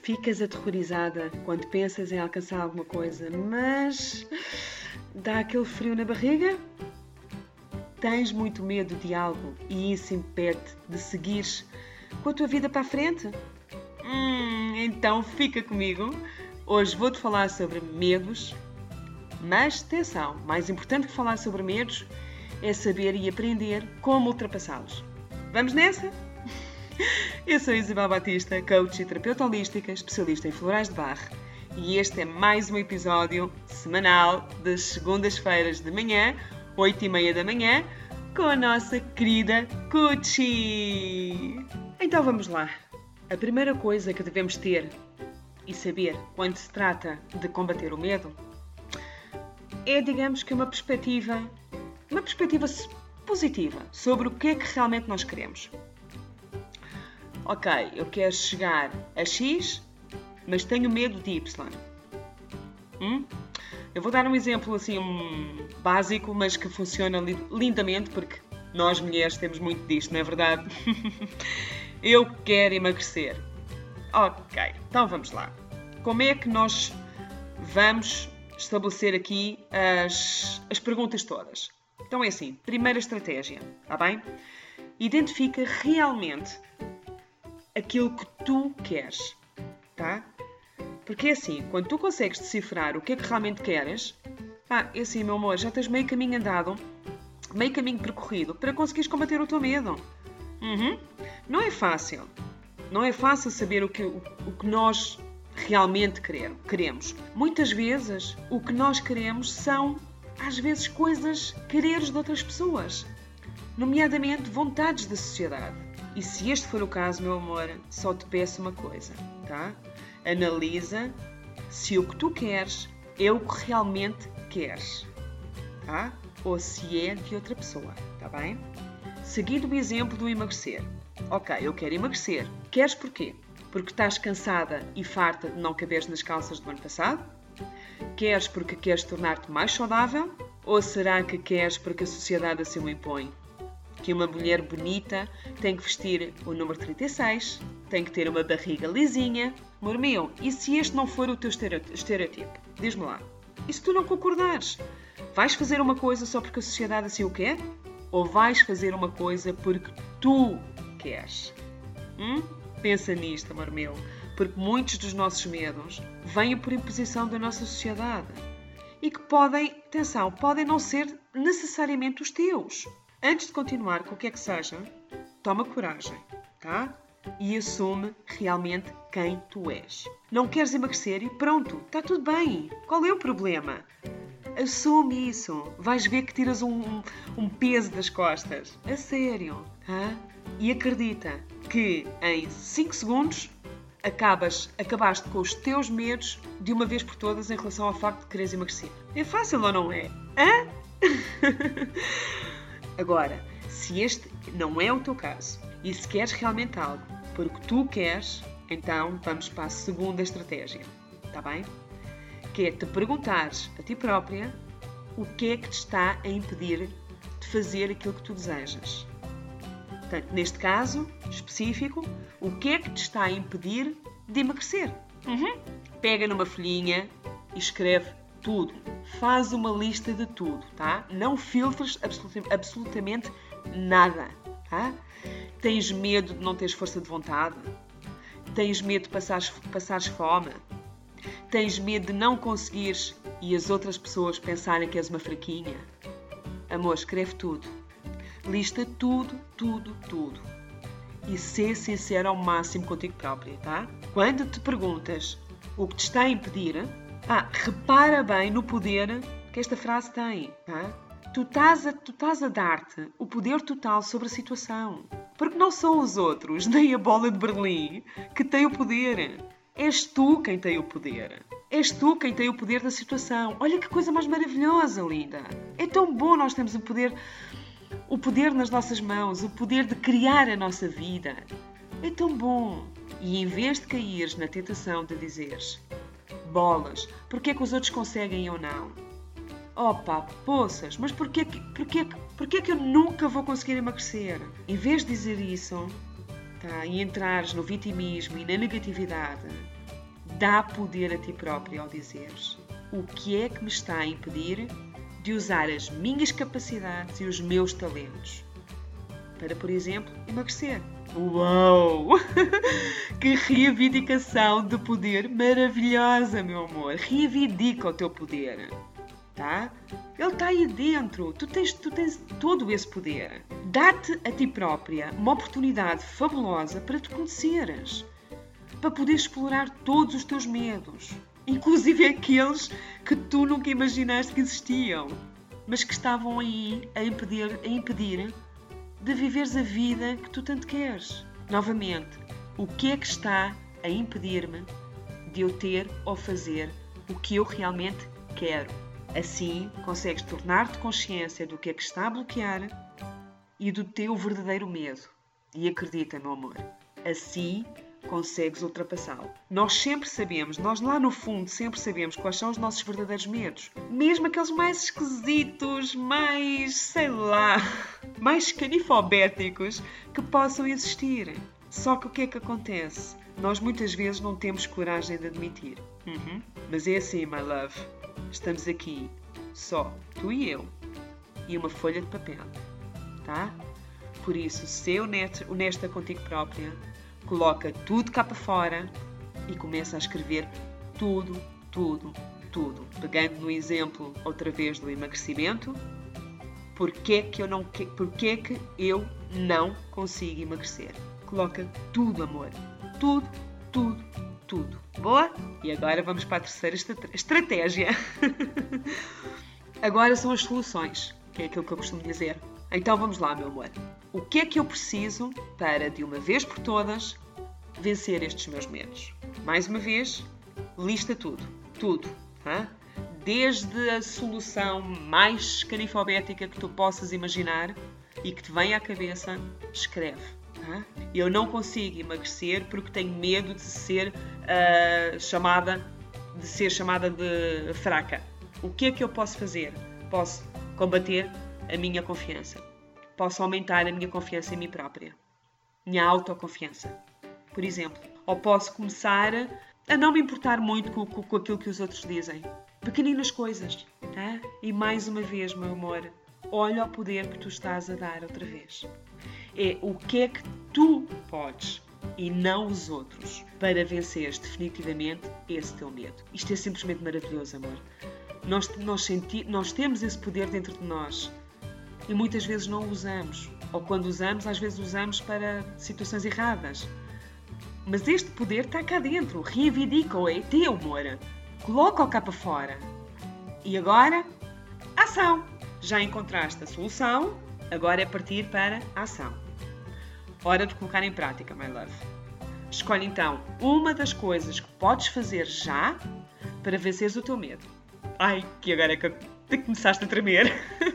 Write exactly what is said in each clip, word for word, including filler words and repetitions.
Ficas aterrorizada quando pensas em alcançar alguma coisa, mas dá aquele frio na barriga? Tens muito medo de algo e isso impede de seguires com a tua vida para a frente? Hum, então fica comigo. Hoje vou-te falar sobre medos, mas atenção, mais importante que falar sobre medos é saber e aprender como ultrapassá-los. Vamos nessa? Eu sou Isabel Batista, coach e terapeuta holística, especialista em florais de Bach, e este é mais um episódio semanal das segundas-feiras de manhã, oito e meia da manhã, com a nossa querida Cuchi. Então vamos lá. A primeira coisa que devemos ter e saber quando se trata de combater o medo é, digamos que, uma perspectiva, uma perspectiva positiva sobre o que é que realmente nós queremos. Ok, eu quero chegar a X, mas tenho medo de Y. Hum? Eu vou dar um exemplo assim um, básico, mas que funciona lindamente, porque nós mulheres temos muito disto, não é verdade? Eu quero emagrecer. Ok, então vamos lá. Como é que nós vamos estabelecer aqui as, as perguntas todas? Então é assim, primeira estratégia, está bem? Identifica realmente aquilo que tu queres, tá? Porque é assim, quando tu consegues decifrar o que é que realmente queres, ah, é assim, meu amor, já tens meio caminho andado, meio caminho percorrido para conseguires combater o teu medo. Uhum. Não é fácil. Não é fácil saber o que, o, o que nós realmente queremos. Muitas vezes, o que nós queremos são, às vezes, coisas, quereres de outras pessoas. Nomeadamente, vontades da sociedade. E se este for o caso, meu amor, só te peço uma coisa, tá? Analisa se o que tu queres é o que realmente queres, tá? Ou se é de outra pessoa, tá bem? Seguindo o exemplo do emagrecer. Ok, eu quero emagrecer. Queres porquê? Porque estás cansada e farta de não caberes nas calças do ano passado? Queres porque queres tornar-te mais saudável? Ou será que queres porque a sociedade assim o impõe? Que uma mulher bonita tem que vestir o número trinta e seis, tem que ter uma barriga lisinha. Amor meu, e se este não for o teu estereotipo? Diz-me lá. E se tu não concordares? Vais fazer uma coisa só porque a sociedade assim o quer? Ou vais fazer uma coisa porque tu queres? Hum? Pensa nisto, amor meu. Porque muitos dos nossos medos vêm por imposição da nossa sociedade. E que podem, atenção, podem não ser necessariamente os teus. Antes de continuar com o que é que seja, toma coragem, tá? E assume realmente quem tu és. Não queres emagrecer e pronto, está tudo bem. Qual é o problema? Assume isso. Vais ver que tiras um, um peso das costas. A sério, tá? E acredita que em cinco segundos acabas, acabaste com os teus medos de uma vez por todas em relação ao facto de quereres emagrecer. É fácil ou não é? Hã? Agora, se este não é o teu caso e se queres realmente algo porque tu queres, então vamos para a segunda estratégia, está bem? Que é te perguntares a ti própria o que é que te está a impedir de fazer aquilo que tu desejas. Portanto, neste caso específico, o que é que te está a impedir de emagrecer? Uhum. Pega numa folhinha e escreve tudo. Faz uma lista de tudo, tá? Não filtres absolut- absolutamente nada, tá? Tens medo de não teres força de vontade? Tens medo de passares, passares fome? Tens medo de não conseguires e as outras pessoas pensarem que és uma fraquinha? Amor, escreve tudo. Lista tudo, tudo, tudo. E ser sincero ao máximo contigo própria, tá? Quando te perguntas o que te está a impedir, ah, repara bem no poder que esta frase tem, tá? Tu estás a, tu estás a dar-te o poder total sobre a situação. Porque não são os outros, nem a bola de Berlim, que tem o poder. És tu quem tem o poder. És tu quem tem o poder da situação. Olha que coisa mais maravilhosa, linda. É tão bom nós termos o poder, o poder nas nossas mãos, o poder de criar a nossa vida. É tão bom. E em vez de caíres na tentação de dizeres bolas, porque é que os outros conseguem ou não? Opa, poças, mas porquê, porquê, porquê que eu nunca vou conseguir emagrecer? Em vez de dizer isso, tá, e entrares no vitimismo e na negatividade, Dá poder a ti próprio ao dizeres: o que é que me está a impedir de usar as minhas capacidades e os meus talentos para, por exemplo, emagrecer? Uau! Que reivindicação de poder maravilhosa, meu amor! Reivindica o teu poder, tá? Ele está aí dentro. Tu tens, tu tens todo esse poder. Dá-te a ti própria uma oportunidade fabulosa para te conheceres, para poder explorar todos os teus medos, inclusive aqueles que tu nunca imaginaste que existiam, mas que estavam aí a impedir, a impedir de viveres a vida que tu tanto queres. Novamente, o que é que está a impedir-me de eu ter ou fazer o que eu realmente quero? Assim, consegues tornar-te consciência do que é que está a bloquear e do teu verdadeiro medo. E acredita, meu amor, assim consegues ultrapassá-lo. Nós sempre sabemos, nós lá no fundo sempre sabemos quais são os nossos verdadeiros medos. Mesmo aqueles mais esquisitos, mais, sei lá, mais canifobéticos que possam existir. Só que o que é que acontece? Nós muitas vezes não temos coragem de admitir. Uhum. Mas é assim, my love. Estamos aqui, só tu e eu, e uma folha de papel, tá? Por isso, ser honesta contigo própria, coloca tudo cá para fora e começa a escrever tudo, tudo, tudo. Pegando no exemplo, outra vez, do emagrecimento, porquê que eu não, porquê que eu não consigo emagrecer? Coloca tudo, amor. Tudo, tudo, tudo. Boa? E agora vamos para a terceira estratégia. Agora são as soluções, que é aquilo que eu costumo dizer. Então vamos lá, meu amor. O que é que eu preciso para, de uma vez por todas, vencer estes meus medos? Mais uma vez, lista tudo. Tudo. Tá? Desde a solução mais canifobética que tu possas imaginar e que te venha à cabeça, escreve. Tá? Eu não consigo emagrecer porque tenho medo de ser uh, chamada de ser chamada de fraca. O que é que eu posso fazer? Posso combater a minha confiança. Posso aumentar a minha confiança em mim própria. Minha autoconfiança, por exemplo. Ou posso começar a não me importar muito com, com, com aquilo que os outros dizem. Pequeninas coisas. Tá? E mais uma vez, meu amor, olha o poder que tu estás a dar outra vez. É o que é que tu podes e não os outros para venceres definitivamente esse teu medo. Isto é simplesmente maravilhoso, amor. Nós, nós, senti, nós temos esse poder dentro de nós e muitas vezes não o usamos. Ou quando usamos, às vezes usamos para situações erradas. Mas este poder está cá dentro. Reivindica-o, é teu, amor. Coloca-o cá para fora. E agora, ação. Já encontraste a solução, agora é partir para a ação. Hora de colocar em prática, my love. Escolhe então uma das coisas que podes fazer já para venceres o teu medo. Ai, que agora é que eu começaste a tremer.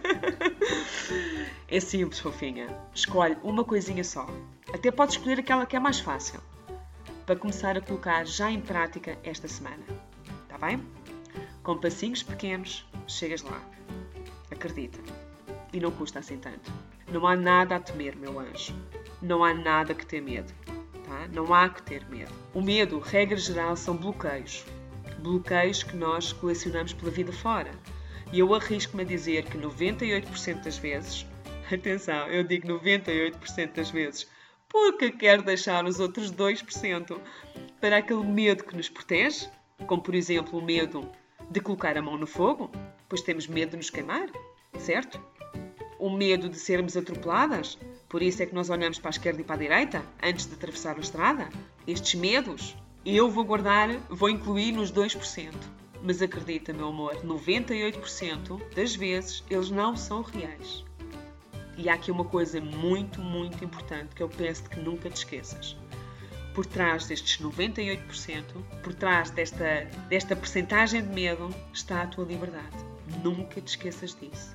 É simples, fofinha. Escolhe uma coisinha só. Até podes escolher aquela que é mais fácil para começar a colocar já em prática esta semana. Está bem? Com passinhos pequenos, chegas lá. Acredita. E não custa assim tanto. Não há nada a temer, meu anjo. Não há nada que ter medo. Tá? Não há que ter medo. O medo, regra geral, são bloqueios. Bloqueios que nós colecionamos pela vida fora. E eu arrisco-me a dizer que noventa e oito por cento das vezes, atenção, eu digo noventa e oito por cento das vezes, porque quero deixar os outros dois por cento para aquele medo que nos protege, como por exemplo o medo de colocar a mão no fogo, pois temos medo de nos queimar, certo? O medo de sermos atropeladas, por isso é que nós olhamos para a esquerda e para a direita antes de atravessar a estrada. Estes medos eu vou guardar, vou incluir nos dois por cento. Mas acredita, meu amor, noventa e oito por cento das vezes eles não são reais. E há aqui uma coisa muito, muito importante que eu peço que nunca te esqueças. Por trás destes noventa e oito por cento, por trás desta, desta percentagem de medo, está a tua liberdade. Nunca te esqueças disso.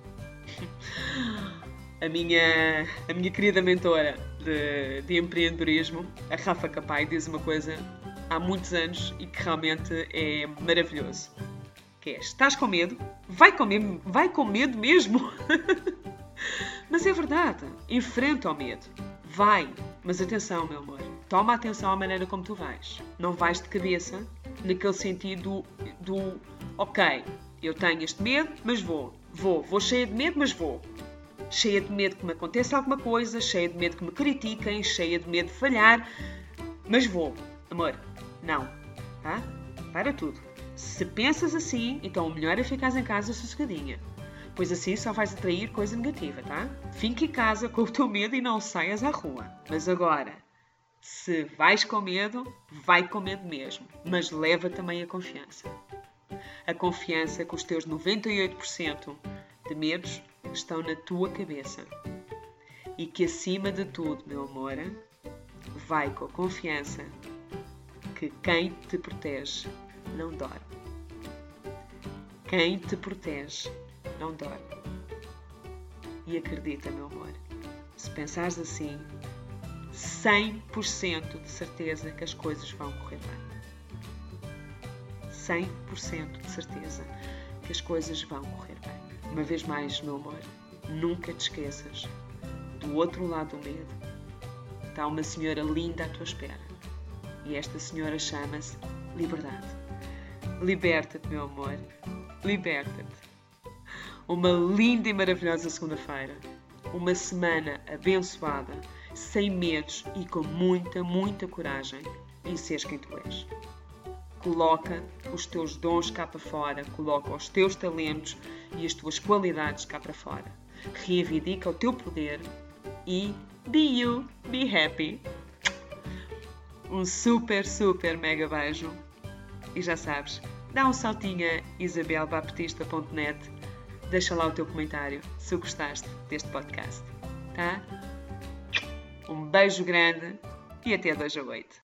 A minha, a minha querida mentora de, de empreendedorismo, a Rafa Capai, diz uma coisa há muitos anos e que realmente é maravilhoso. Que é, estás com medo? Vai com medo, vai com medo mesmo. Mas é verdade, enfrenta o medo. Vai, mas atenção, meu amor, toma atenção à maneira como tu vais. Não vais de cabeça naquele sentido do, do ok, eu tenho este medo, mas vou. Vou. Vou cheia de medo, mas vou. Cheia de medo que me aconteça alguma coisa, cheia de medo que me critiquem, cheia de medo de falhar, mas vou. Amor, não. Tá? Para tudo. Se pensas assim, então o melhor é ficares em casa sossegadinha. Pois assim só vais atrair coisa negativa, tá? Fique em casa com o teu medo e não saias à rua. Mas agora, se vais com medo, vai com medo mesmo. Mas leva também a confiança. A confiança que os teus noventa e oito por cento de medos estão na tua cabeça. E que acima de tudo, meu amor, vai com a confiança que quem te protege não dorme. Quem te protege não dorme. E acredita, meu amor, se pensares assim, cem por cento de certeza que as coisas vão correr bem. cem por cento de certeza que as coisas vão correr bem. Uma vez mais, meu amor, nunca te esqueças, do outro lado do medo está uma senhora linda à tua espera. E esta senhora chama-se liberdade. Liberta-te, meu amor. Liberta-te. Uma linda e maravilhosa segunda-feira. Uma semana abençoada, sem medos e com muita, muita coragem em seres quem tu és. Coloca os teus dons cá para fora, coloca os teus talentos e as tuas qualidades cá para fora. Reivindica o teu poder e be you, be happy. Um super, super mega beijo. E já sabes, dá um saltinho a isabel baptista ponto net. Deixa lá o teu comentário se gostaste deste podcast, tá? Um beijo grande e até dois a oito.